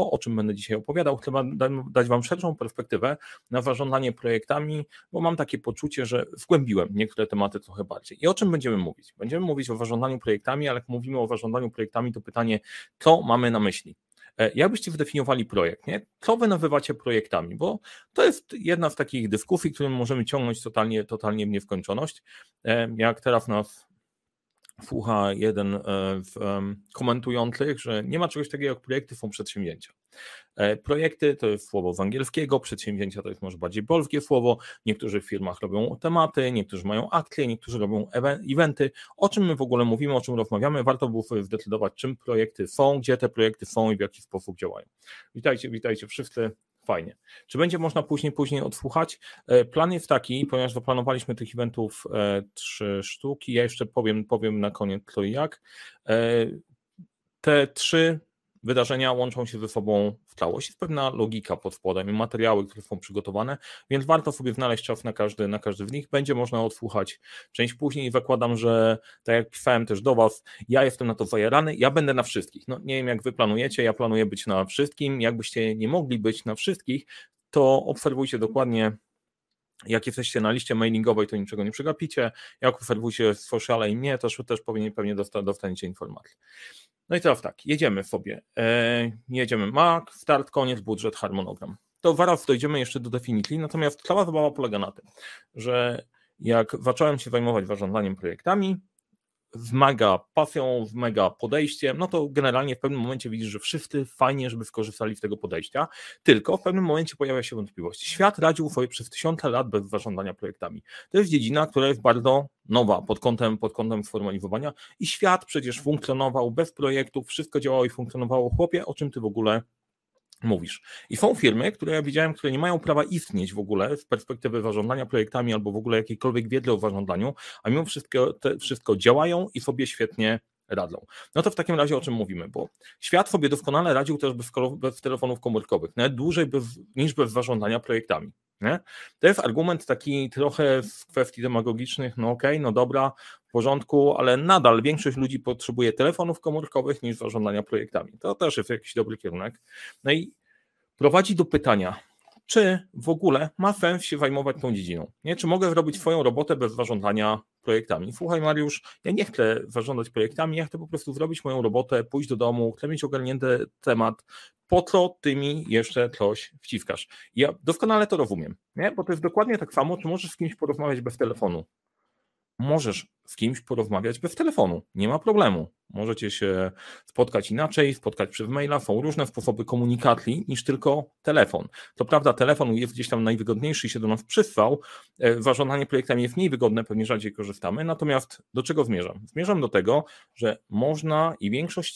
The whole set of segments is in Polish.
to, o czym będę dzisiaj opowiadał, chcę dać Wam szerszą perspektywę na zarządzanie projektami, bo mam takie poczucie, że wgłębiłem niektóre tematy trochę bardziej. I o czym będziemy mówić? Będziemy mówić o zarządzaniu projektami, ale jak mówimy o zarządzaniu projektami, to pytanie, co mamy na myśli? Jak byście zdefiniowali projekt, nie? Co wy nazywacie projektami? Bo to jest jedna z takich dyskusji, którą możemy ciągnąć totalnie w nieskończoność. Jak teraz nas słucha jeden z komentujących, że nie ma czegoś takiego jak projekty, są przedsięwzięcia. Projekty to jest słowo z angielskiego, przedsięwzięcia to jest może bardziej polskie słowo, niektórzy w firmach robią tematy, niektórzy mają akcje, niektórzy robią eventy. O czym my w ogóle mówimy, o czym rozmawiamy, warto było sobie zdecydować, czym projekty są, gdzie te projekty są i w jaki sposób działają. Witajcie wszyscy. Fajnie. Czy będzie można później odsłuchać? Plan jest taki, ponieważ zaplanowaliśmy tych eventów 3 sztuki, ja jeszcze powiem na koniec co i jak. Te 3 wydarzenia łączą się ze sobą w całość. Jest pewna logika pod spodem, materiały, które są przygotowane, więc warto sobie znaleźć czas na każdy z nich. Będzie można odsłuchać część później i zakładam, że tak jak pisałem też do Was, ja jestem na to zajarany, ja będę na wszystkich. No nie wiem jak Wy planujecie, ja planuję być na wszystkim. Jakbyście nie mogli być na wszystkich, to obserwujcie dokładnie, jak jesteście na liście mailingowej, to niczego nie przegapicie. Jak obserwujcie sociale i mnie, to też pewnie dostaniecie informacje. No i teraz tak, jedziemy sobie. Jedziemy Mac, start, koniec, budżet, harmonogram. To zaraz dojdziemy jeszcze do definicji, natomiast cała zabawa polega na tym, że jak zacząłem się zajmować zarządzaniem projektami, z mega pasją, z mega podejściem, no to generalnie w pewnym momencie widzisz, że wszyscy fajnie, żeby skorzystali z tego podejścia, tylko w pewnym momencie pojawia się wątpliwość. Świat radził sobie przez tysiące lat bez zarządzania projektami. To jest dziedzina, która jest bardzo nowa pod kątem sformalizowania i świat przecież funkcjonował bez projektów, wszystko działało i funkcjonowało. Chłopie, o czym ty w ogóle mówisz? I są firmy, które ja widziałem, które nie mają prawa istnieć w ogóle z perspektywy zarządzania projektami albo w ogóle jakiejkolwiek wiedzy o zarządzaniu, a mimo wszystko działają i sobie świetnie radzą. No to w takim razie o czym mówimy? Bo świat sobie doskonale radził też bez telefonów komórkowych, nawet dłużej niż bez zarządzania projektami. Nie? To jest argument taki trochę z kwestii demagogicznych, no okej, no dobra, w porządku, ale nadal większość ludzi potrzebuje telefonów komórkowych niż zarządzania projektami. To też jest jakiś dobry kierunek. No i prowadzi do pytania, czy w ogóle ma sens się zajmować tą dziedziną? Nie? Czy mogę zrobić swoją robotę bez zarządzania projektami? Słuchaj Mariusz, ja nie chcę zarządzać projektami, ja chcę po prostu zrobić moją robotę, pójść do domu, chcę mieć ogarnięty temat, po co ty mi jeszcze coś wciskasz? Ja doskonale to rozumiem, nie? Bo to jest dokładnie tak samo, czy możesz z kimś porozmawiać bez telefonu. Możesz z kimś porozmawiać bez telefonu, nie ma problemu. Możecie się spotkać inaczej, spotkać przez maila, są różne sposoby komunikacji niż tylko telefon. To prawda, telefon jest gdzieś tam najwygodniejszy i się do nas przysłał, zarządzanie projektami jest mniej wygodne, pewnie rzadziej korzystamy, natomiast do czego zmierzam? Zmierzam do tego, że można i większość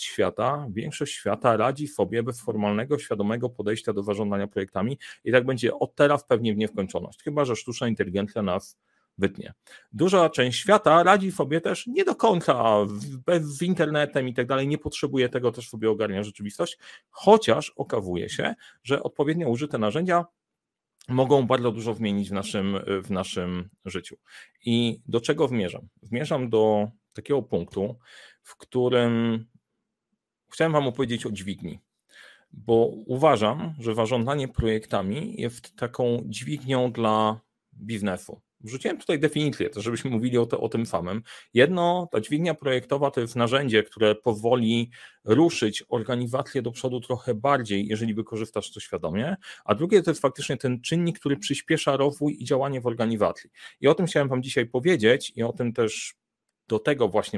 świata radzi sobie bez formalnego, świadomego podejścia do zarządzania projektami i tak będzie od teraz pewnie w nieskończoność, chyba że sztuczna inteligencja nas wytnie. Duża część świata radzi sobie też nie do końca z internetem i tak dalej, nie potrzebuje tego, też sobie ogarnia rzeczywistość, chociaż okazuje się, że odpowiednio użyte narzędzia mogą bardzo dużo zmienić w naszym życiu. I do czego zmierzam? Zmierzam do takiego punktu, w którym chciałem Wam opowiedzieć o dźwigni, bo uważam, że zarządzanie projektami jest taką dźwignią dla biznesu. Wrzuciłem tutaj definicję, to żebyśmy mówili o tym samym. Jedno, ta dźwignia projektowa to jest narzędzie, które pozwoli ruszyć organizację do przodu trochę bardziej, jeżeli wykorzystasz to świadomie, a drugie to jest faktycznie ten czynnik, który przyspiesza rozwój i działanie w organizacji. I o tym chciałem Wam dzisiaj powiedzieć i o tym też do tego właśnie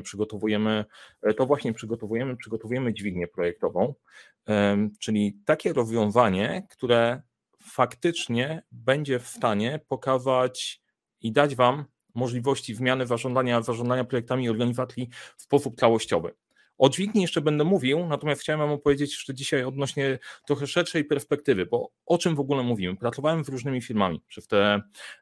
przygotowujemy dźwignię projektową, czyli takie rozwiązanie, które faktycznie będzie w stanie pokazać i dać Wam możliwości zmiany zarządzania projektami i organizacji w sposób całościowy. O dźwigni jeszcze będę mówił, natomiast chciałem Wam opowiedzieć jeszcze dzisiaj odnośnie trochę szerszej perspektywy, bo o czym w ogóle mówimy? Pracowałem z różnymi firmami przez te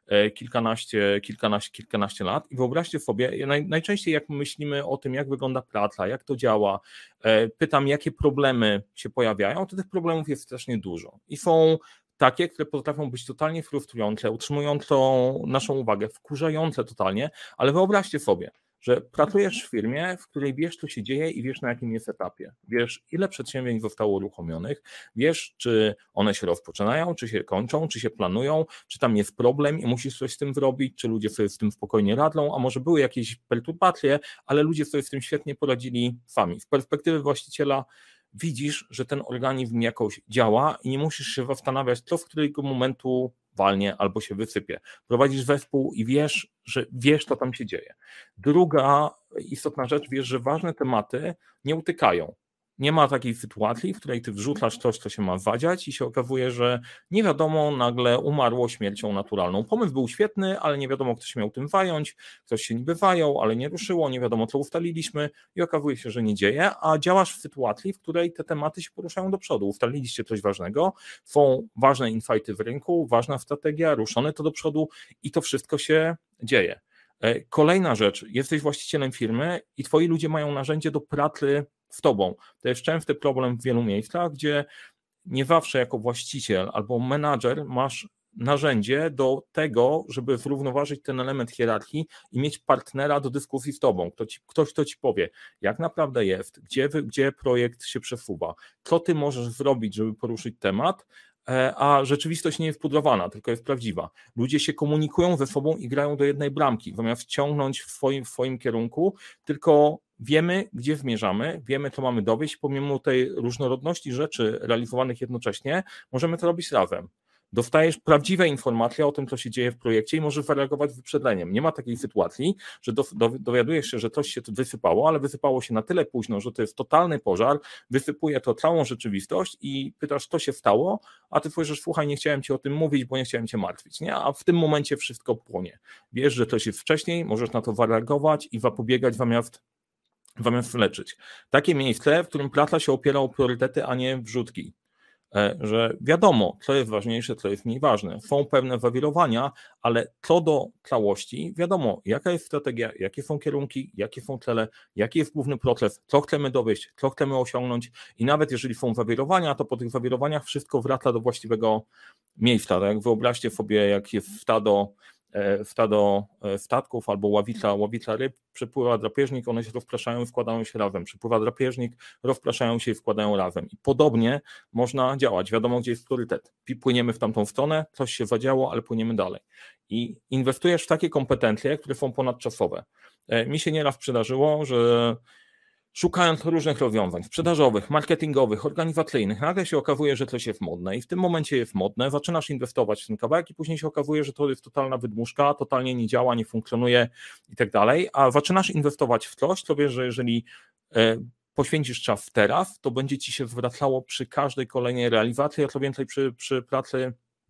kilkanaście lat i wyobraźcie sobie, najczęściej jak myślimy o tym, jak wygląda praca, jak to działa, pytam, jakie problemy się pojawiają, to tych problemów jest strasznie dużo i są takie, które potrafią być totalnie frustrujące, utrzymującą naszą uwagę, wkurzające totalnie, ale wyobraźcie sobie, że pracujesz w firmie, w której wiesz, co się dzieje i wiesz, na jakim jest etapie. Wiesz, ile przedsięwzięć zostało uruchomionych, wiesz, czy one się rozpoczynają, czy się kończą, czy się planują, czy tam jest problem i musisz coś z tym zrobić, czy ludzie sobie z tym spokojnie radzą, a może były jakieś perturbacje, ale ludzie sobie z tym świetnie poradzili sami. Z perspektywy właściciela widzisz, że ten organizm jakoś działa i nie musisz się zastanawiać, co w którego momentu walnie albo się wysypie. Prowadzisz zespół i wiesz, że wiesz, co tam się dzieje. Druga istotna rzecz, wiesz, że ważne tematy nie utykają. Nie ma takiej sytuacji, w której ty wrzucasz coś, co się ma wadziać i się okazuje, że nie wiadomo, nagle umarło śmiercią naturalną. Pomysł był świetny, ale nie wiadomo, kto się miał tym zająć, ktoś się niby zajął, ale nie ruszyło, nie wiadomo, co ustaliliśmy i okazuje się, że nie dzieje, a działasz w sytuacji, w której te tematy się poruszają do przodu. Ustaliliście coś ważnego, są ważne insighty w rynku, ważna strategia, ruszone to do przodu i to wszystko się dzieje. Kolejna rzecz, jesteś właścicielem firmy i twoi ludzie mają narzędzie do pracy z tobą. To jest częsty problem w wielu miejscach, gdzie nie zawsze jako właściciel albo menadżer masz narzędzie do tego, żeby zrównoważyć ten element hierarchii i mieć partnera do dyskusji z tobą. Ktoś, kto ci powie, jak naprawdę jest, gdzie projekt się przesuwa, co ty możesz zrobić, żeby poruszyć temat, a rzeczywistość nie jest pudrowana, tylko jest prawdziwa. Ludzie się komunikują ze sobą i grają do jednej bramki, zamiast ciągnąć w swoim kierunku, tylko wiemy, gdzie zmierzamy, wiemy, co mamy dowieść, pomimo tej różnorodności rzeczy realizowanych jednocześnie, możemy to robić razem. Dostajesz prawdziwe informacje o tym, co się dzieje w projekcie i możesz zareagować z wyprzedzeniem. Nie ma takiej sytuacji, że dowiadujesz się, że coś się tu wysypało, ale wysypało się na tyle późno, że to jest totalny pożar, wysypuje to całą rzeczywistość i pytasz, co się stało, a ty powiesz, słuchaj, nie chciałem ci o tym mówić, bo nie chciałem cię martwić, nie? A w tym momencie wszystko płonie. Wiesz, że coś jest wcześniej, możesz na to zareagować i zapobiegać zamiast leczyć. Takie miejsce, w którym praca się opiera o priorytety, a nie wrzutki. Że wiadomo, co jest ważniejsze, co jest mniej ważne. Są pewne zawirowania, ale co do całości, wiadomo, jaka jest strategia, jakie są kierunki, jakie są cele, jaki jest główny proces, co chcemy dowieść, co chcemy osiągnąć i nawet jeżeli są zawirowania, to po tych zawirowaniach wszystko wraca do właściwego miejsca. Tak? Wyobraźcie sobie, jak jest stado statków albo ławica ryb, przepływa drapieżnik, one się rozpraszają i wkładają się razem. Przepływa drapieżnik, rozpraszają się i wkładają razem. I podobnie można działać. Wiadomo, gdzie jest priorytet. Płyniemy w tamtą stronę, coś się zadziało, ale płyniemy dalej. I inwestujesz w takie kompetencje, które są ponadczasowe. Mi się nieraz przydarzyło, że szukając różnych rozwiązań sprzedażowych, marketingowych, organizacyjnych, nagle się okazuje, że coś jest modne i w tym momencie jest modne, zaczynasz inwestować w ten kawałek i później się okazuje, że to jest totalna wydmuszka, totalnie nie działa, nie funkcjonuje i tak dalej, a zaczynasz inwestować w coś, co wiesz, że jeżeli poświęcisz czas teraz, to będzie ci się zwracało przy każdej kolejnej realizacji, a co więcej przy pracy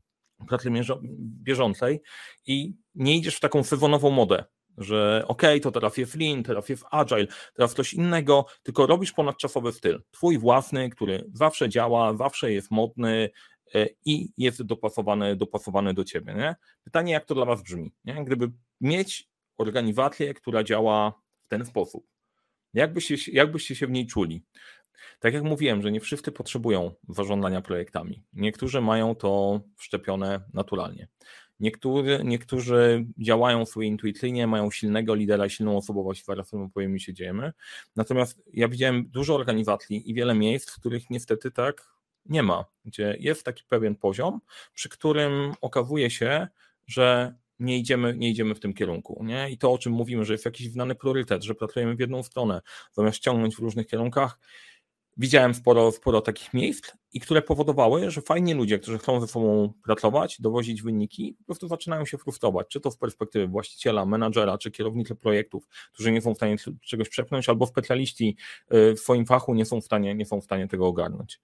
bieżącej i nie idziesz w taką sezonową modę, że okej, to teraz jest Lean, teraz jest Agile, teraz coś innego, tylko robisz ponadczasowy styl, twój własny, który zawsze działa, zawsze jest modny i jest dopasowany do ciebie. Nie? Pytanie, jak to dla was brzmi? Nie? Gdyby mieć organizację, która działa w ten sposób, jakbyście się w niej czuli? Tak jak mówiłem, że nie wszyscy potrzebują zarządzania projektami. Niektórzy mają to wszczepione naturalnie. Niektórzy działają sobie intuicyjnie, mają silnego lidera, silną osobowość, zaraz o tym powiem, się dziejemy. Natomiast ja widziałem dużo organizacji i wiele miejsc, w których niestety tak nie ma, gdzie jest taki pewien poziom, przy którym okazuje się, że nie idziemy w tym kierunku. Nie? I to, o czym mówimy, że jest jakiś znany priorytet, że pracujemy w jedną stronę, zamiast ciągnąć w różnych kierunkach. Widziałem sporo takich miejsc, i które powodowały, że fajni ludzie, którzy chcą ze sobą pracować, dowozić wyniki, po prostu zaczynają się frustrować, czy to z perspektywy właściciela, menadżera, czy kierownicy projektów, którzy nie są w stanie czegoś przepchnąć, albo specjaliści w swoim fachu nie są w stanie tego ogarnąć.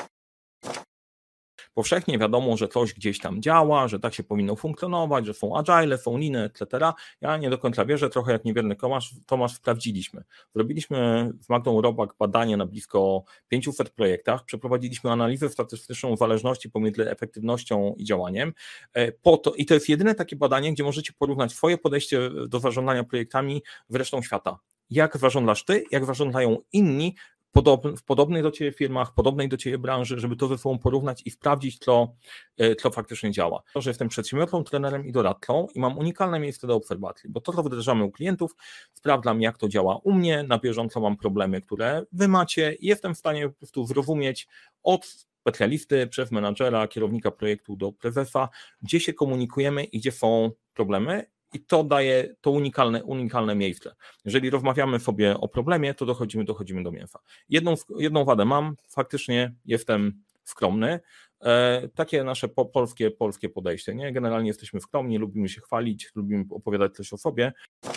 Powszechnie wiadomo, że coś gdzieś tam działa, że tak się powinno funkcjonować, że są agile, są liny, etc. Ja nie do końca wierzę, trochę jak niewierny Tomasz sprawdziliśmy. Zrobiliśmy z Magdą Robak badanie na blisko 500 projektach, przeprowadziliśmy analizę statystyczną zależności pomiędzy efektywnością i działaniem. I to jest jedyne takie badanie, gdzie możecie porównać swoje podejście do zarządzania projektami z resztą świata. Jak zarządzasz ty, jak zarządzają inni, w podobnej do Ciebie firmach, podobnej do Ciebie branży, żeby to ze sobą porównać i sprawdzić, co faktycznie działa. To, że jestem przedsiębiorcą, trenerem i doradcą i mam unikalne miejsce do obserwacji, bo to, co wdrażamy u klientów, sprawdzam, jak to działa u mnie, na bieżąco mam problemy, które Wy macie i jestem w stanie po prostu zrozumieć od specjalisty, przez menadżera, kierownika projektu do prezesa, gdzie się komunikujemy i gdzie są problemy. I to daje to unikalne miejsce. Jeżeli rozmawiamy sobie o problemie, to dochodzimy do mięsa. Jedną wadę mam, faktycznie jestem skromny. Takie nasze polskie podejście. Nie? Generalnie jesteśmy skromni, lubimy się chwalić, lubimy opowiadać coś o sobie.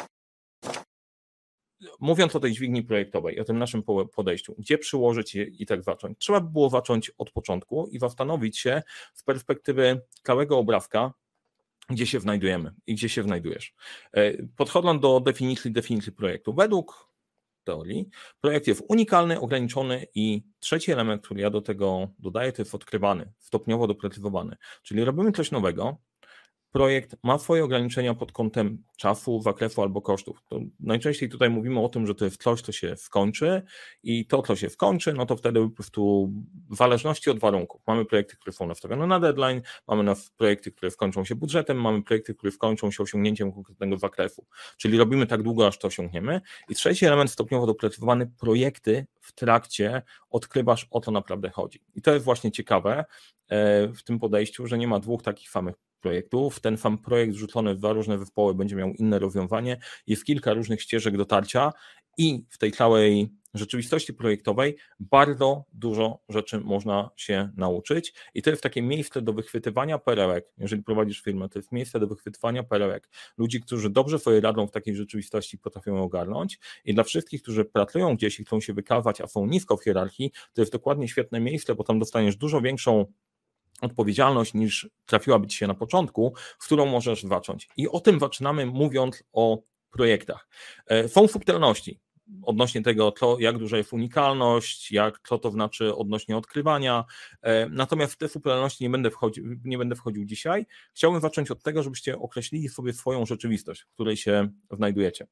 Mówiąc o tej dźwigni projektowej, o tym naszym podejściu, gdzie przyłożyć i tak zacząć? Trzeba by było zacząć od początku i zastanowić się z perspektywy całego obrazka, gdzie się znajdujemy i gdzie się znajdujesz. Podchodząc do definicji projektu, według teorii projekt jest unikalny, ograniczony i trzeci element, który ja do tego dodaję, to jest odkrywany, stopniowo doprecyzowany. Czyli robimy coś nowego, projekt ma swoje ograniczenia pod kątem czasu, zakresu albo kosztów. To najczęściej tutaj mówimy o tym, że to jest coś, co się skończy i to, co się skończy, no to wtedy po prostu w zależności od warunków. Mamy projekty, które są nastawione na deadline, mamy projekty, które skończą się budżetem, mamy projekty, które skończą się osiągnięciem konkretnego zakresu. Czyli robimy tak długo, aż to osiągniemy. I trzeci element stopniowo doprecyzowany, projekty w trakcie odkrywasz, o co naprawdę chodzi. I to jest właśnie ciekawe w tym podejściu, że nie ma dwóch takich samych projektów. Ten sam projekt wrzucony w dwa różne zespoły będzie miał inne rozwiązanie. Jest kilka różnych ścieżek dotarcia i w tej całej rzeczywistości projektowej bardzo dużo rzeczy można się nauczyć i to jest takie miejsce do wychwytywania perełek. Jeżeli prowadzisz firmę, to jest miejsce do wychwytywania perełek. Ludzi, którzy dobrze sobie radzą w takiej rzeczywistości, potrafią ją ogarnąć i dla wszystkich, którzy pracują gdzieś i chcą się wykazać, a są nisko w hierarchii, to jest dokładnie świetne miejsce, bo tam dostaniesz dużo większą odpowiedzialność niż trafiłaby Ci się na początku, z którą możesz zacząć. I o tym zaczynamy, mówiąc o projektach. Są subtelności odnośnie tego, jak duża jest unikalność, co to znaczy odnośnie odkrywania, natomiast w te subtelności nie będę wchodził dzisiaj. Chciałbym zacząć od tego, żebyście określili sobie swoją rzeczywistość, w której się znajdujecie.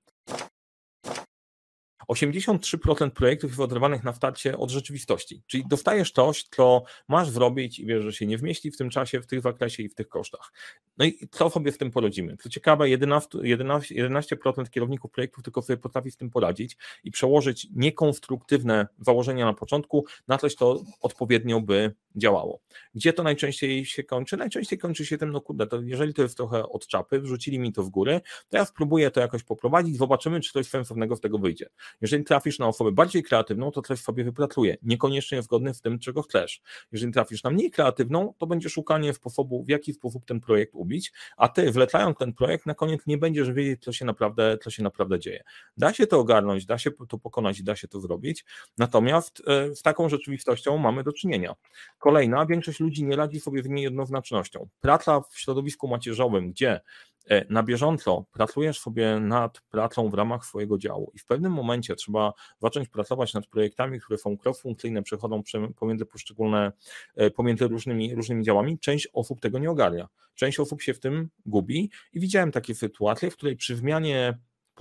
83% projektów jest oderwanych na starcie od rzeczywistości, czyli dostajesz coś, co masz zrobić i wiesz, że się nie zmieści w tym czasie, w tych zakresie i w tych kosztach. No i co sobie z tym poradzimy? Co ciekawe, 11% kierowników projektów tylko sobie potrafi z tym poradzić i przełożyć niekonstruktywne założenia na początku na coś, co odpowiednio by działało. Gdzie to najczęściej się kończy? Najczęściej kończy się tym, no kurde, to jeżeli to jest trochę od czapy, wrzucili mi to w górę, to ja spróbuję to jakoś poprowadzić, zobaczymy, czy coś sensownego z tego wyjdzie. Jeżeli trafisz na osobę bardziej kreatywną, to coś sobie wypracuje, niekoniecznie zgodny z tym, czego chcesz. Jeżeli trafisz na mniej kreatywną, to będzie szukanie sposobu, w jaki sposób ten projekt ubić, a ty, wlecając ten projekt, na koniec nie będziesz wiedzieć, co się naprawdę dzieje. Da się to ogarnąć, da się to pokonać i da się to zrobić, natomiast z taką rzeczywistością mamy do czynienia. Kolejna, większość ludzi nie radzi sobie z niejednoznacznością. Praca w środowisku macierzowym, gdzie na bieżąco pracujesz sobie nad pracą w ramach swojego działu i w pewnym momencie trzeba zacząć pracować nad projektami, które są cross-funkcyjne, przechodzą pomiędzy różnymi działami, część osób tego nie ogarnia. Część osób się w tym gubi i widziałem takie sytuacje, w której przy zmianie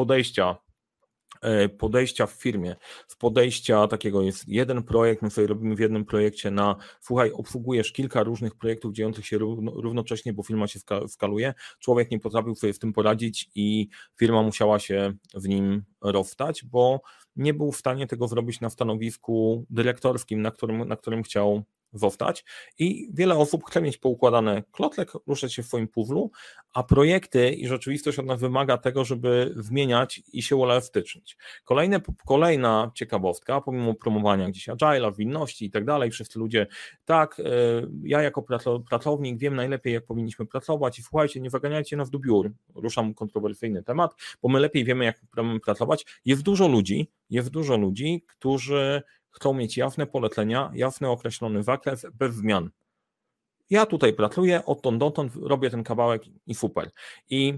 podejścia w firmie, z podejścia takiego jest jeden projekt, my sobie robimy w jednym projekcie słuchaj, obsługujesz kilka różnych projektów dziejących się równocześnie, bo firma się skaluje, człowiek nie potrafił sobie w tym poradzić i firma musiała się w nim rozstać, bo nie był w stanie tego zrobić na stanowisku dyrektorskim, na którym chciał zostać i wiele osób chce mieć poukładane klotlek, ruszać się w swoim puzzlu, a projekty i rzeczywistość od nas wymaga tego, żeby zmieniać i się uelastycznić. Kolejna ciekawostka, pomimo promowania gdzieś agile'a, winności i tak dalej, wszyscy ludzie, tak, ja jako pracownik wiem najlepiej, jak powinniśmy pracować i słuchajcie, nie zaganiajcie nas do biur, ruszam kontrowersyjny temat, bo my lepiej wiemy, jak pracować. Jest dużo ludzi, którzy chcą mieć jawne polecenia, jasny określony zakres, bez zmian. Ja tutaj pracuję, odtąd dotąd robię ten kawałek i super. I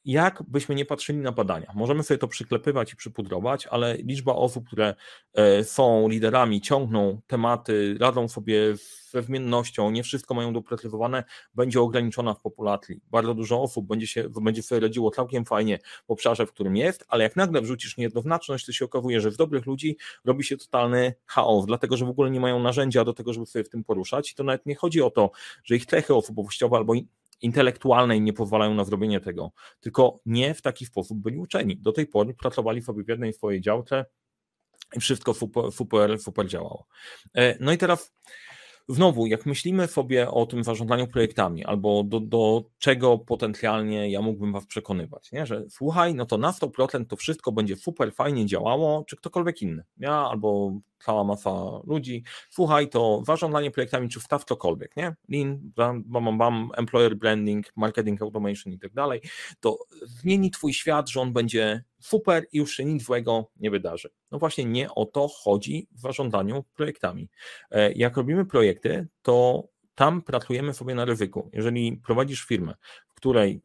jak byśmy nie patrzyli na badania, możemy sobie to przyklepywać i przypudrować, ale liczba osób, które są liderami, ciągną tematy, radzą sobie ze zmiennością, nie wszystko mają doprecyzowane, będzie ograniczona w populacji. Bardzo dużo osób będzie sobie radziło całkiem fajnie w obszarze, w którym jest, ale jak nagle wrzucisz niejednoznaczność, to się okazuje, że z dobrych ludzi robi się totalny chaos, dlatego że w ogóle nie mają narzędzia do tego, żeby sobie w tym poruszać. I to nawet nie chodzi o to, że ich cechy osobowościowe albo intelektualne im nie pozwalają na zrobienie tego, tylko nie w taki sposób byli uczeni. Do tej pory pracowali sobie w jednej swojej działce i wszystko super działało. No i teraz znowu, jak myślimy sobie o tym zarządzaniu projektami albo do czego potencjalnie ja mógłbym was przekonywać, nie? Że słuchaj, no to na 100% to wszystko będzie super fajnie działało, czy ktokolwiek inny, ja albo cała masa ludzi, słuchaj, to zarządzanie projektami, czy wstaw cokolwiek, nie? Lean, employer branding, marketing automation i tak dalej, to zmieni twój świat, że on będzie super i już się nic złego nie wydarzy. No właśnie nie o to chodzi w zarządzaniu projektami. Jak robimy projekty, to tam pracujemy sobie na ryzyku. Jeżeli prowadzisz firmę, w której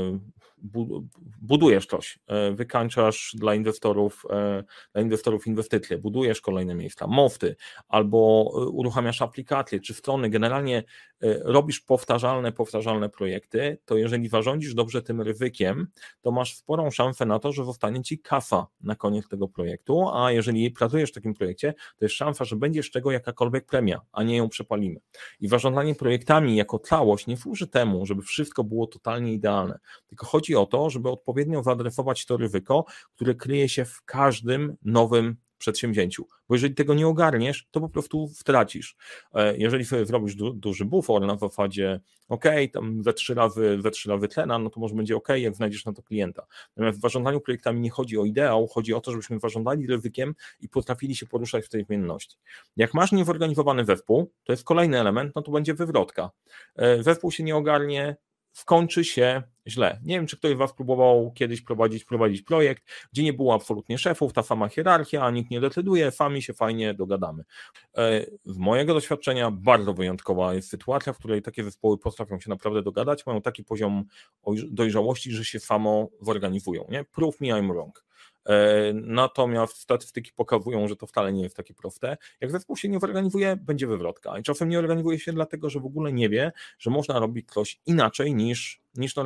budujesz coś, wykańczasz dla inwestorów inwestycje, budujesz kolejne miejsca, mosty, albo uruchamiasz aplikacje, czy strony, generalnie robisz powtarzalne projekty, to jeżeli zarządzisz dobrze tym ryzykiem, to masz sporą szansę na to, że zostanie ci kasa na koniec tego projektu, a jeżeli pracujesz w takim projekcie, to jest szansa, że będzie z czego jakakolwiek premia, a nie ją przepalimy. I zarządzanie projektami jako całość nie służy temu, żeby wszystko było totalnie idealne, tylko chodzi o to, żeby odpowiednio zaadresować to ryzyko, które kryje się w każdym nowym przedsięwzięciu, bo jeżeli tego nie ogarniesz, to po prostu stracisz. Jeżeli sobie zrobisz duży bufor na zasadzie tam ze 3 razy cena, no to może będzie jak znajdziesz na to klienta. Natomiast w zarządzaniu projektami nie chodzi o ideał, chodzi o to, żebyśmy zarządzali ryzykiem i potrafili się poruszać w tej zmienności. Jak masz niezorganizowany zespół, to jest kolejny element, no to będzie wywrotka. Zespół się nie ogarnie, skończy się źle. Nie wiem, czy ktoś z was próbował kiedyś prowadzić projekt, gdzie nie było absolutnie szefów, ta sama hierarchia, nikt nie decyduje, sami się fajnie dogadamy. Z mojego doświadczenia bardzo wyjątkowa jest sytuacja, w której takie zespoły potrafią się naprawdę dogadać, mają taki poziom dojrzałości, że się samo zorganizują. Nie? Prove me I'm wrong. Natomiast statystyki pokazują, że to wcale nie jest takie proste. Jak zespół się nie organizuje, będzie wywrotka. I czasem nie organizuje się dlatego, że w ogóle nie wie, że można robić coś inaczej niż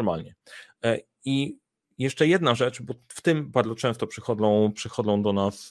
I jeszcze jedna rzecz, bo w tym bardzo często przychodzą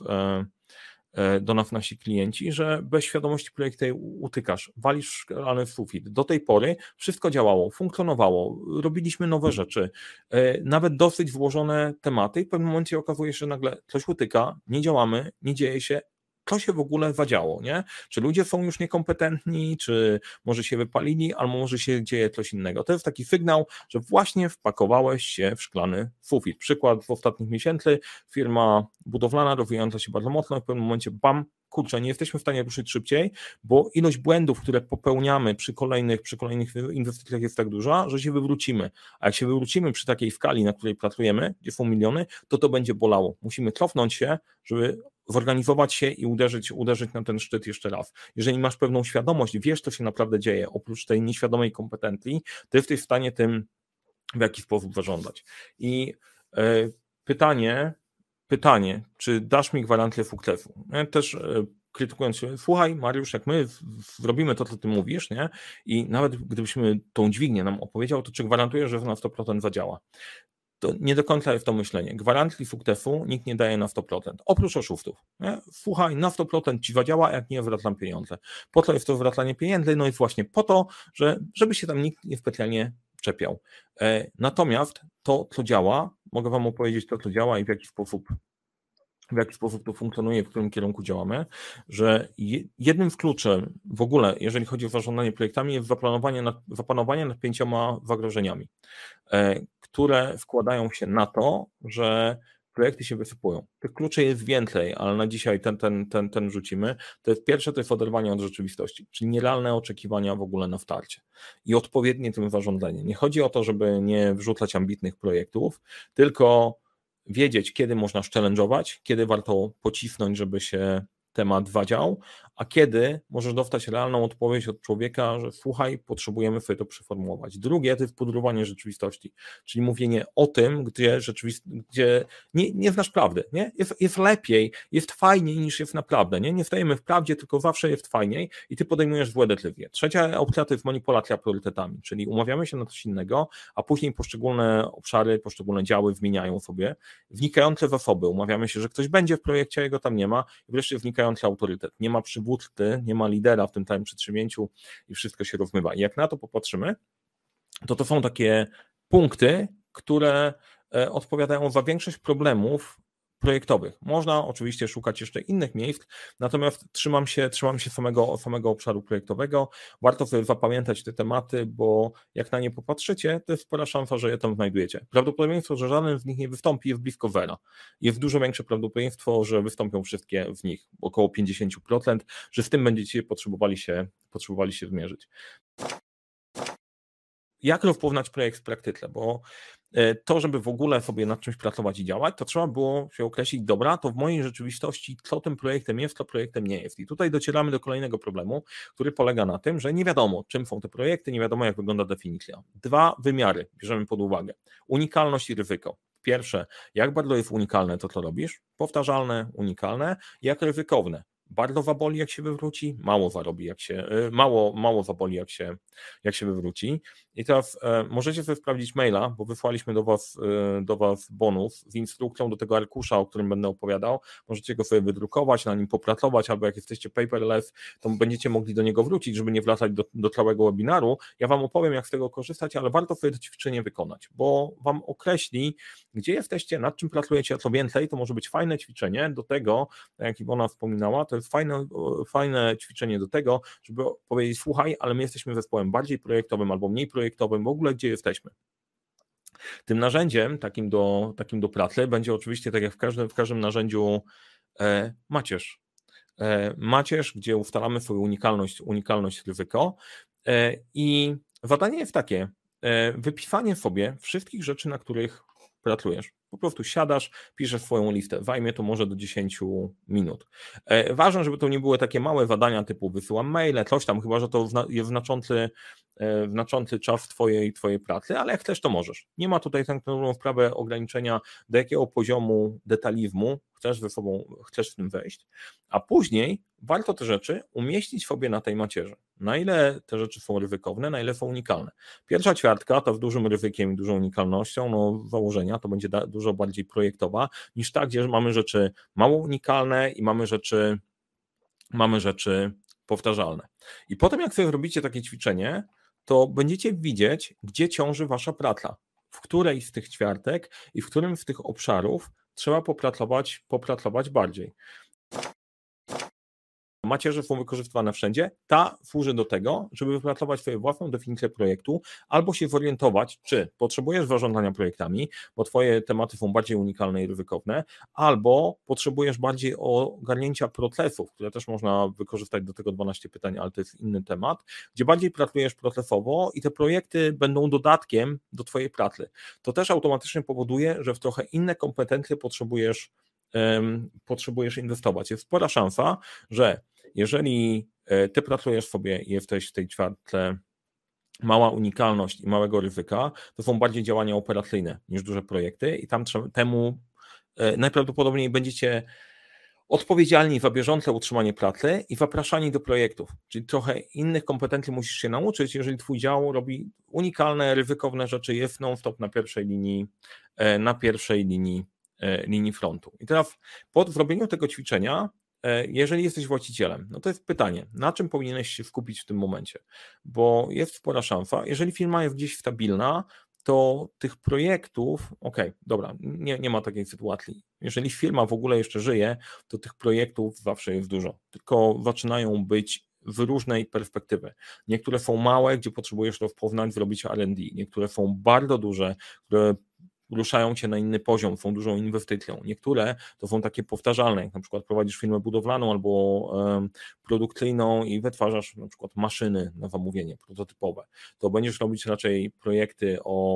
do nas nasi klienci, że bez świadomości projektu utykasz, walisz szklany sufit. Do tej pory wszystko działało, funkcjonowało, robiliśmy nowe rzeczy, nawet dosyć włożone tematy i w pewnym momencie okazuje się, że nagle coś utyka, nie działamy, nie dzieje się, co się w ogóle zadziało, nie? Czy ludzie są już niekompetentni, czy może się wypalili, albo może się dzieje coś innego. To jest taki sygnał, że właśnie wpakowałeś się w szklany sufit. Przykład z ostatnich miesięcy, firma budowlana rozwijająca się bardzo mocno, w pewnym momencie bam, kurczę, nie jesteśmy w stanie ruszyć szybciej, bo ilość błędów, które popełniamy przy kolejnych inwestycjach jest tak duża, że się wywrócimy. A jak się wywrócimy przy takiej skali, na której pracujemy, gdzie są miliony, to będzie bolało. Musimy cofnąć się, żeby zorganizować się i uderzyć na ten szczyt jeszcze raz. Jeżeli masz pewną świadomość, wiesz, co się naprawdę dzieje, oprócz tej nieświadomej kompetencji, to jesteś w stanie tym w jakiś sposób zarządzać. I pytanie, czy dasz mi gwarancję sukcesu? Ja też krytykując się, słuchaj Mariusz, jak my zrobimy to, co ty mówisz, nie? I nawet gdybyśmy tą dźwignię nam opowiedział, to czy gwarantujesz, że na 100% zadziała? To nie do końca jest to myślenie. Gwarancji sukcesu nikt nie daje na 100%, oprócz oszustów. Nie? Słuchaj, na 100% ci zadziała, jak nie zwracam pieniądze. Po co jest to zwracanie pieniędzy? No jest właśnie po to, żeby się tam nikt niespecjalnie czepiał. Natomiast to, co działa, mogę wam opowiedzieć to, co działa i w jaki sposób to funkcjonuje, w którym kierunku działamy, że jednym z kluczy w ogóle, jeżeli chodzi o zarządzanie projektami, jest zapanowanie nad 5 zagrożeniami, które składają się na to, że projekty się wysypują. Tych kluczy jest więcej, ale na dzisiaj ten rzucimy. Pierwsze to jest oderwanie od rzeczywistości, czyli nierealne oczekiwania w ogóle na starcie i odpowiednie tym zarządzanie. Nie chodzi o to, żeby nie wrzucać ambitnych projektów, tylko wiedzieć, kiedy można challenge'ować, kiedy warto pocisnąć, żeby się temat wadział, a kiedy możesz dostać realną odpowiedź od człowieka, że słuchaj, potrzebujemy sobie to przeformułować. Drugie to jest pudrowanie rzeczywistości, czyli mówienie o tym, gdzie nie znasz prawdy, nie? Jest lepiej, jest fajniej niż jest naprawdę, nie stajemy w prawdzie, tylko zawsze jest fajniej i ty podejmujesz złe decyzje. Trzecia opcja to jest manipulacja priorytetami, czyli umawiamy się na coś innego, a później poszczególne obszary, poszczególne działy zmieniają sobie, wnikające w osoby, umawiamy się, że ktoś będzie w projekcie, a jego tam nie ma i wreszcie wnikający autorytet. Nie ma przywódcy, nie ma lidera w tym całym przedsięwzięciu i wszystko się rozmywa. I jak na to popatrzymy, to są takie punkty, które odpowiadają za większość problemów projektowych. Można oczywiście szukać jeszcze innych miejsc, natomiast trzymam się samego obszaru projektowego. Warto sobie zapamiętać te tematy, bo jak na nie popatrzycie, to jest spora szansa, że je tam znajdujecie. Prawdopodobieństwo, że żaden z nich nie wystąpi, jest blisko zera. Jest dużo większe prawdopodobieństwo, że wystąpią wszystkie z nich, około 50%, że z tym będziecie potrzebowali się zmierzyć. Jak rozpoznać projekt w praktyce, bo to, żeby w ogóle sobie nad czymś pracować i działać, to trzeba było się określić, dobra, to w mojej rzeczywistości co tym projektem jest, co projektem nie jest. I tutaj docieramy do kolejnego problemu, który polega na tym, że nie wiadomo, czym są te projekty, nie wiadomo, jak wygląda definicja. Dwa wymiary bierzemy pod uwagę. Unikalność i ryzyko. Pierwsze, jak bardzo jest unikalne to, co robisz, powtarzalne, unikalne, jak ryzykowne. Bardzo waboli, jak się wywróci, mało zarobi, mało waboli, jak się wywróci. I teraz możecie sobie sprawdzić maila, bo wysłaliśmy do was bonus z instrukcją do tego arkusza, o którym będę opowiadał. Możecie go sobie wydrukować, na nim popracować, albo jak jesteście paperless, to będziecie mogli do niego wrócić, żeby nie wracać do całego webinaru. Ja wam opowiem, jak z tego korzystać, ale warto sobie to ćwiczenie wykonać, bo wam określi, gdzie jesteście, nad czym pracujecie, a co więcej, to może być fajne ćwiczenie do tego, jak Iwona wspominała, to jest fajne ćwiczenie do tego, żeby powiedzieć, słuchaj, ale my jesteśmy zespołem bardziej projektowym albo mniej projektowym, w ogóle gdzie jesteśmy. Tym narzędziem takim do pracy będzie oczywiście, tak jak w każdym narzędziu, macierz. Macierz, gdzie ustalamy swoją unikalność ryzyko i zadanie jest takie, wypisanie sobie wszystkich rzeczy, na których pracujesz. Po prostu siadasz, piszesz swoją listę. Zajmie to może do 10 minut. Ważne, żeby to nie były takie małe zadania typu wysyłam maile, coś tam, chyba że to jest znaczący czas twojej pracy, ale jak chcesz, to możesz. Nie ma tutaj tak naprawdę wprawę ograniczenia, do jakiego poziomu detalizmu chcesz w tym wejść, a później warto te rzeczy umieścić sobie na tej macierzy. Na ile te rzeczy są ryzykowne, na ile są unikalne. Pierwsza ćwiartka, ta z dużym ryzykiem i dużą unikalnością, założenia, to będzie dużo bardziej projektowa niż ta, gdzie mamy rzeczy mało unikalne i mamy rzeczy powtarzalne. I potem jak sobie zrobicie takie ćwiczenie, to będziecie widzieć, gdzie ciąży wasza praca, w której z tych ćwiartek i w którym z tych obszarów trzeba popracować bardziej. Macierze są wykorzystywane wszędzie. Ta służy do tego, żeby wypracować swoją własną definicję projektu albo się zorientować, czy potrzebujesz zarządzania projektami, bo twoje tematy są bardziej unikalne i ryzykowne, albo potrzebujesz bardziej ogarnięcia procesów, które też można wykorzystać do tego 12 pytań, ale to jest inny temat, gdzie bardziej pracujesz procesowo i te projekty będą dodatkiem do twojej pracy. To też automatycznie powoduje, że w trochę inne kompetencje potrzebujesz inwestować. Jest spora szansa, że jeżeli ty pracujesz sobie i jesteś w tej ćwiartce mała unikalność i małego ryzyka, to są bardziej działania operacyjne niż duże projekty i temu najprawdopodobniej będziecie odpowiedzialni za bieżące utrzymanie pracy i zapraszani do projektów, czyli trochę innych kompetencji musisz się nauczyć, jeżeli twój dział robi unikalne, ryzykowne rzeczy, jest non-stop na pierwszej linii frontu. I teraz po zrobieniu tego ćwiczenia, jeżeli jesteś właścicielem, no to jest pytanie, na czym powinieneś się skupić w tym momencie, bo jest spora szansa, jeżeli firma jest gdzieś stabilna, to tych projektów, dobra, nie ma takiej sytuacji. Jeżeli firma w ogóle jeszcze żyje, to tych projektów zawsze jest dużo, tylko zaczynają być w różnej perspektywy. Niektóre są małe, gdzie potrzebujesz rozpoznać, zrobić R&D, niektóre są bardzo duże, które ruszają cię na inny poziom, są dużą inwestycją. Niektóre to są takie powtarzalne, jak na przykład prowadzisz firmę budowlaną albo produkcyjną i wytwarzasz na przykład maszyny na zamówienie prototypowe. To będziesz robić raczej projekty,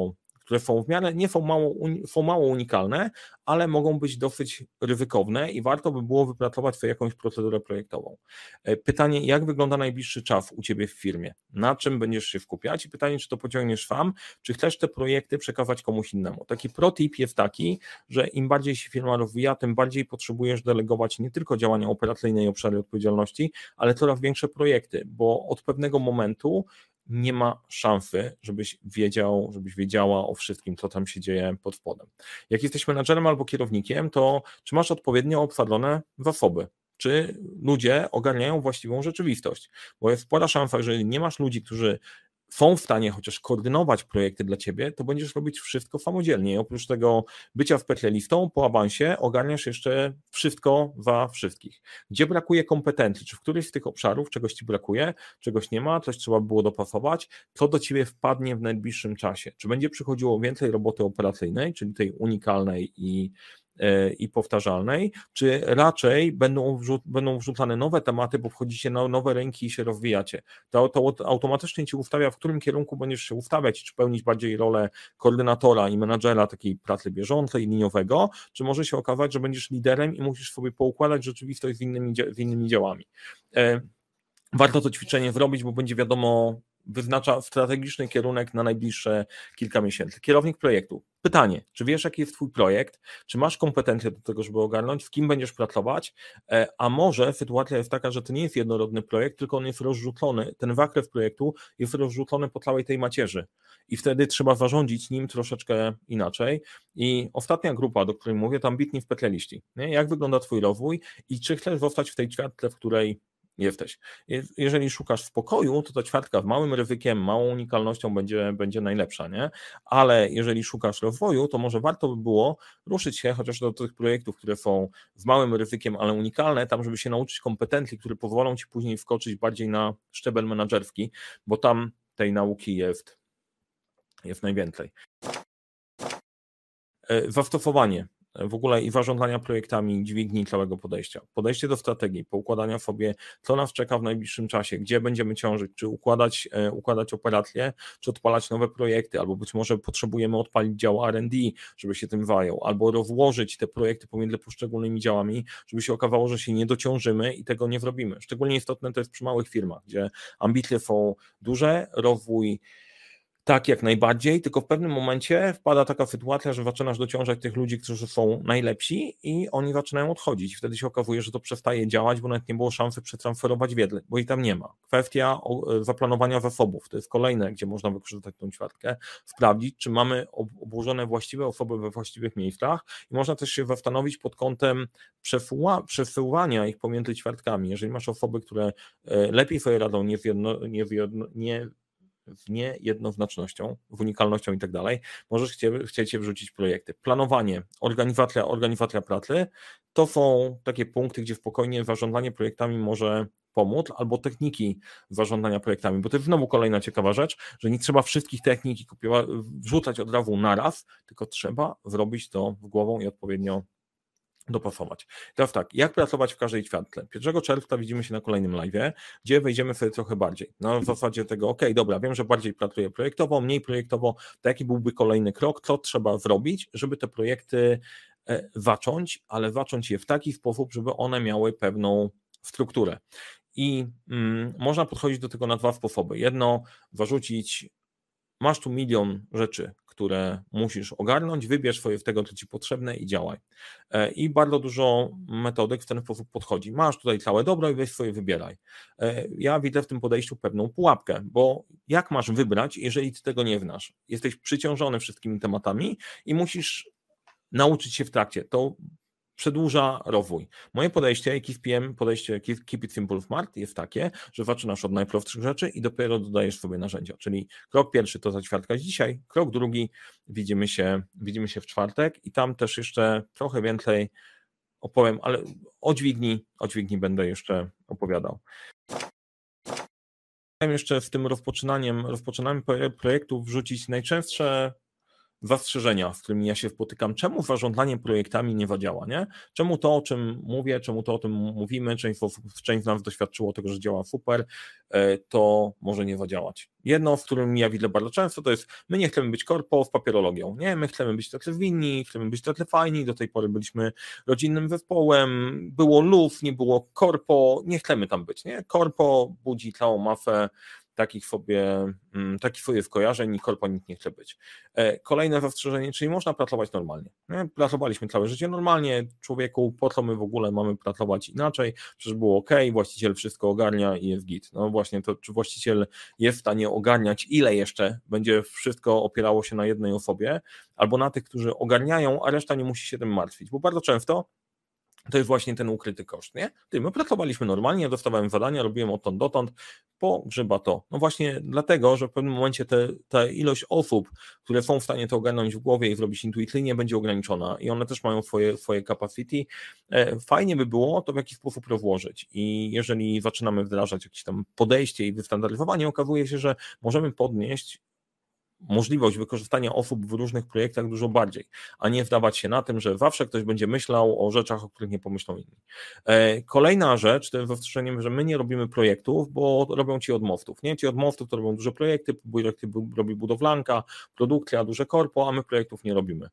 które są w miarę, nie są mało unikalne, ale mogą być dosyć ryzykowne i warto by było wypracować sobie jakąś procedurę projektową. Pytanie, jak wygląda najbliższy czas u Ciebie w firmie? Na czym będziesz się skupiać? I pytanie, czy to pociągniesz sam, czy chcesz te projekty przekazać komuś innemu? Taki protip jest taki, że im bardziej się firma rozwija, tym bardziej potrzebujesz delegować nie tylko działania operacyjne i obszary odpowiedzialności, ale coraz większe projekty, bo od pewnego momentu nie ma szansy, żebyś wiedziała o wszystkim, co tam się dzieje pod spodem. Jak jesteś menadżerem albo kierownikiem, to czy masz odpowiednio obsadzone zasoby? Czy ludzie ogarniają właściwą rzeczywistość? Bo jest spora szansa, że jeżeli nie masz ludzi, którzy są w stanie chociaż koordynować projekty dla Ciebie, to będziesz robić wszystko samodzielnie. I oprócz tego bycia specjalistą, po awansie ogarniasz jeszcze wszystko za wszystkich. Gdzie brakuje kompetencji? Czy w którymś z tych obszarów czegoś Ci brakuje, czegoś nie ma, coś trzeba było dopasować? Co do Ciebie wpadnie w najbliższym czasie? Czy będzie przychodziło więcej roboty operacyjnej, czyli tej unikalnej i powtarzalnej, czy raczej będą wrzucane nowe tematy, bo wchodzicie na nowe rynki i się rozwijacie. To automatycznie Ci ustawia, w którym kierunku będziesz się ustawiać, czy pełnić bardziej rolę koordynatora i menadżera takiej pracy bieżącej, liniowego, czy może się okazać, że będziesz liderem i musisz sobie poukładać rzeczywistość z innymi działami. Warto to ćwiczenie zrobić, bo będzie wiadomo, wyznacza strategiczny kierunek na najbliższe kilka miesięcy. Kierownik projektu. Pytanie, czy wiesz, jaki jest Twój projekt? Czy masz kompetencje do tego, żeby ogarnąć? Z kim będziesz pracować? A może sytuacja jest taka, że to nie jest jednorodny projekt, tylko on jest rozrzucony, ten zakres projektu jest rozrzucony po całej tej macierzy i wtedy trzeba zarządzić nim troszeczkę inaczej. I ostatnia grupa, do której mówię, to ambitni specjaliści. Nie? Jak wygląda Twój rozwój i czy chcesz zostać w tej ćwiartce, w której jesteś. Jeżeli szukasz spokoju, to ta ćwiartka z małym ryzykiem, małą unikalnością będzie najlepsza, nie? Ale jeżeli szukasz rozwoju, to może warto by było ruszyć się chociaż do tych projektów, które są z małym ryzykiem, ale unikalne, tam żeby się nauczyć kompetencji, które pozwolą Ci później wskoczyć bardziej na szczebel menadżerski, bo tam tej nauki jest najwięcej. Zastosowanie w ogóle i zarządzania projektami dźwigni całego podejścia. Podejście do strategii, poukładania sobie, co nas czeka w najbliższym czasie, gdzie będziemy ciążyć, czy układać operacje, czy odpalać nowe projekty, albo być może potrzebujemy odpalić dział R&D, żeby się tym zajął, albo rozłożyć te projekty pomiędzy poszczególnymi działami, żeby się okazało, że się nie dociążymy i tego nie zrobimy. Szczególnie istotne to jest przy małych firmach, gdzie ambicje są duże, rozwój tak, jak najbardziej, tylko w pewnym momencie wpada taka sytuacja, że zaczynasz dociążać tych ludzi, którzy są najlepsi i oni zaczynają odchodzić. Wtedy się okazuje, że to przestaje działać, bo nawet nie było szansy przetransferować wiedzy, bo i tam nie ma. Kwestia zaplanowania zasobów, to jest kolejne, gdzie można wykorzystać tą ćwiartkę, sprawdzić, czy mamy obłożone właściwe osoby we właściwych miejscach i można też się zastanowić pod kątem przesuwania ich pomiędzy ćwiartkami. Jeżeli masz osoby, które lepiej sobie radzą w niejednoznacznością, w unikalnością i tak dalej, możesz chcieć wrzucić projekty. Planowanie, organizacja pracy, to są takie punkty, gdzie spokojnie zarządzanie projektami może pomóc, albo techniki zarządzania projektami, bo to jest znowu kolejna ciekawa rzecz, że nie trzeba wszystkich technik wrzucać od razu naraz, tylko trzeba zrobić to w głową i odpowiednio dopasować. Teraz tak, jak pracować w każdej ćwiartce? 1 czerwca widzimy się na kolejnym live'ie, gdzie wejdziemy sobie trochę bardziej. Na zasadzie tego, dobra, wiem, że bardziej pracuję projektowo, mniej projektowo, to jaki byłby kolejny krok, co trzeba zrobić, żeby te projekty zacząć, ale zacząć je w taki sposób, żeby one miały pewną strukturę. I można podchodzić do tego na dwa sposoby. Jedno, zarzucić, masz tu milion rzeczy, które musisz ogarnąć, wybierz swoje z tego, co Ci potrzebne i działaj. I bardzo dużo metodyk w ten sposób podchodzi. Masz tutaj całe dobro i weź swoje wybieraj. Ja widzę w tym podejściu pewną pułapkę, bo jak masz wybrać, jeżeli Ty tego nie znasz? Jesteś przyciążony wszystkimi tematami i musisz nauczyć się w trakcie. To przedłuża rozwój. Moje podejście, podejście Keep It Simple Smart jest takie, że zaczynasz od najprostszych rzeczy i dopiero dodajesz sobie narzędzia, czyli krok pierwszy to zaćwiartkać dzisiaj, krok drugi widzimy się w czwartek i tam też jeszcze trochę więcej opowiem, ale o dźwigni będę jeszcze opowiadał. Chciałem jeszcze w tym rozpoczynaniu projektu wrzucić najczęstsze zastrzeżenia, z którymi ja się spotykam, czemu zarządzanie projektami nie zadziała, nie? Czemu to, o czym mówię, czemu to o tym mówimy, część z nas doświadczyło tego, że działa super, to może nie zadziałać. Jedno, w którym ja widzę bardzo często, to jest, my nie chcemy być korpo z papierologią, nie? My chcemy być tacy zwinni, chcemy być tacy fajni, do tej pory byliśmy rodzinnym zespołem, było luz, nie było korpo, nie chcemy tam być, nie? Korpo budzi całą masę takich sobie skojarzeń i korpo nikt nie chce być. Kolejne zastrzeżenie, czyli można pracować normalnie. Nie? Pracowaliśmy całe życie normalnie, człowieku, po co my w ogóle mamy pracować inaczej, przecież było ok, właściciel wszystko ogarnia i jest git. No właśnie to, czy właściciel jest w stanie ogarniać, ile jeszcze będzie wszystko opierało się na jednej osobie, albo na tych, którzy ogarniają, a reszta nie musi się tym martwić, bo bardzo często to jest właśnie ten ukryty koszt, nie? My pracowaliśmy normalnie, dostawałem zadania, robiłem odtąd dotąd, pogrzeba to. No właśnie dlatego, że w pewnym momencie ta ilość osób, które są w stanie to ogarnąć w głowie i zrobić intuicyjnie, będzie ograniczona i one też mają swoje capacity. Fajnie by było to w jakiś sposób rozłożyć i jeżeli zaczynamy wdrażać jakieś tam podejście i wystandaryzowanie, okazuje się, że możemy podnieść możliwość wykorzystania osób w różnych projektach dużo bardziej, a nie wdawać się na tym, że zawsze ktoś będzie myślał o rzeczach, o których nie pomyślą inni. Kolejna rzecz to jest zastrzeżeniem, że my nie robimy projektów, bo robią ci od mostów, nie? Ci od mostów to robią duże projekty robi budowlanka, produkcja, duże korpo, a my projektów nie robimy.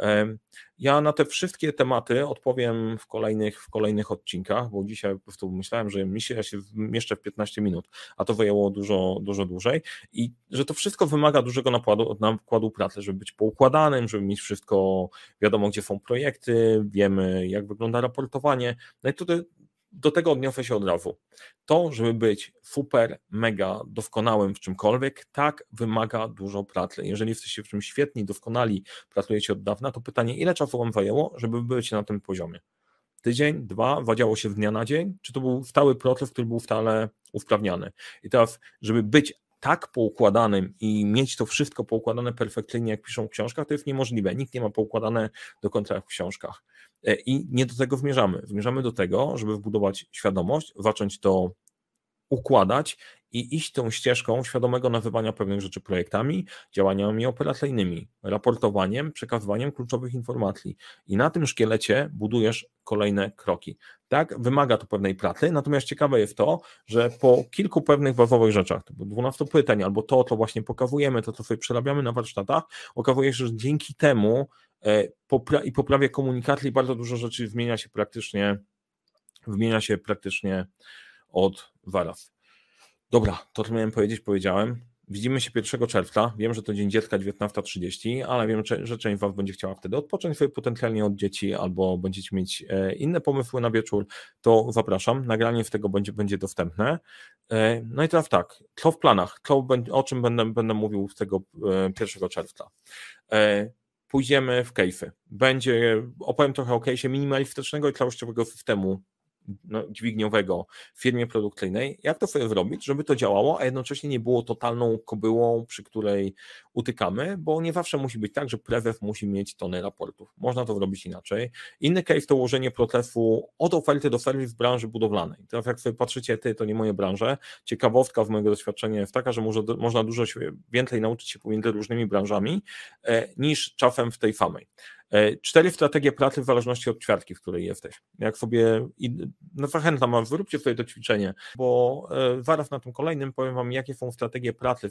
Ja na te wszystkie tematy odpowiem w kolejnych odcinkach, bo dzisiaj po prostu myślałem, że ja się mieszczę w 15 minut, a to zajęło dużo dłużej i że to wszystko wymaga dużego nakładu pracy, żeby być poukładanym, żeby mieć wszystko, wiadomo gdzie są projekty, wiemy jak wygląda raportowanie, no i tutaj do tego odniosę się od razu. To, żeby być super, mega doskonałym w czymkolwiek, tak wymaga dużo pracy. Jeżeli jesteście w czymś świetni, doskonali, pracujecie od dawna, to pytanie, ile czasu wam zajęło, żeby być na tym poziomie? Tydzień, 2, wadziało się z dnia na dzień, czy to był stały proces, który był stale usprawniany? I teraz, żeby być tak poukładanym i mieć to wszystko poukładane perfekcyjnie, jak piszą w książkach, to jest niemożliwe. Nikt nie ma poukładane do końca jak w książkach. I nie do tego zmierzamy. Zmierzamy do tego, żeby wbudować świadomość, zacząć to układać i iść tą ścieżką świadomego nazywania pewnych rzeczy projektami, działaniami operacyjnymi, raportowaniem, przekazywaniem kluczowych informacji. I na tym szkielecie budujesz kolejne kroki. Tak, wymaga to pewnej pracy, natomiast ciekawe jest to, że po kilku pewnych bazowych rzeczach, to 12 pytań, albo to, co właśnie pokazujemy, to, co sobie przerabiamy na warsztatach, okazuje się, że dzięki temu i poprawie komunikacji bardzo dużo rzeczy zmienia się praktycznie od zaraz. Dobra, to co miałem powiedzieć, powiedziałem. Widzimy się 1 czerwca. Wiem, że to Dzień Dziecka 19:30, ale wiem, że część z was będzie chciała wtedy odpocząć sobie potencjalnie od dzieci albo będziecie mieć inne pomysły na wieczór, to zapraszam. Nagranie z tego będzie dostępne. No i teraz tak, co w planach? O czym będę mówił z tego 1 czerwca? Pójdziemy w case'y. Opowiem trochę o case'ie minimalistycznego i całościowego systemu dźwigniowego w firmie produkcyjnej, jak to sobie zrobić, żeby to działało, a jednocześnie nie było totalną kobyłą, przy której utykamy, bo nie zawsze musi być tak, że prezes musi mieć tony raportów. Można to zrobić inaczej. Inny case to ułożenie procesu od oferty do serwis w branży budowlanej. Teraz jak sobie patrzycie, to nie moje branże, ciekawostka z mojego doświadczenia jest taka, że można dużo więcej nauczyć się pomiędzy różnymi branżami niż czasem w tej samej. 4 strategie pracy w zależności od ćwiartki, w której jesteś. Jak sobie, zachęcam, zróbcie sobie to ćwiczenie, bo zaraz na tym kolejnym powiem wam, jakie są strategie pracy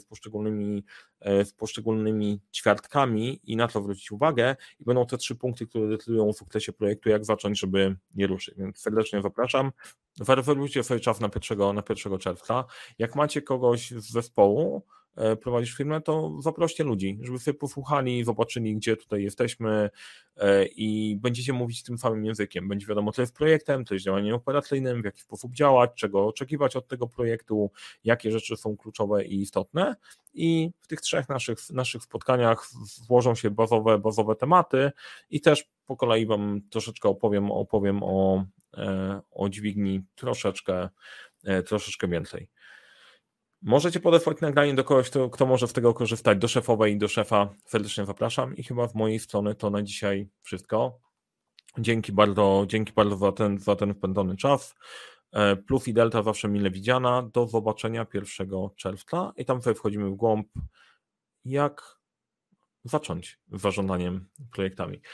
z poszczególnymi ćwiartkami i na co zwrócić uwagę i będą te 3 punkty, które decydują o sukcesie projektu, jak zacząć, żeby nie ruszyć. Więc serdecznie zapraszam. Zarezerwujcie sobie czas na 1 czerwca. Jak macie kogoś z zespołu, prowadzisz firmę, to zaproście ludzi, żeby sobie posłuchali, zobaczyli, gdzie tutaj jesteśmy i będziecie mówić tym samym językiem. Będzie wiadomo, co jest projektem, co jest działaniem operacyjnym, w jaki sposób działać, czego oczekiwać od tego projektu, jakie rzeczy są kluczowe i istotne. I w tych 3 naszych spotkaniach włożą się bazowe tematy i też po kolei wam troszeczkę opowiem o dźwigni troszeczkę więcej. Możecie podesłać nagranie do kogoś, kto może z tego korzystać, do szefowej i do szefa. Serdecznie zapraszam i chyba z mojej strony to na dzisiaj wszystko. Dzięki bardzo za ten wpędzony czas. Plus i delta zawsze mile widziana. Do zobaczenia 1 czerwca i tam sobie wchodzimy w głąb, jak zacząć zarządzaniem projektami.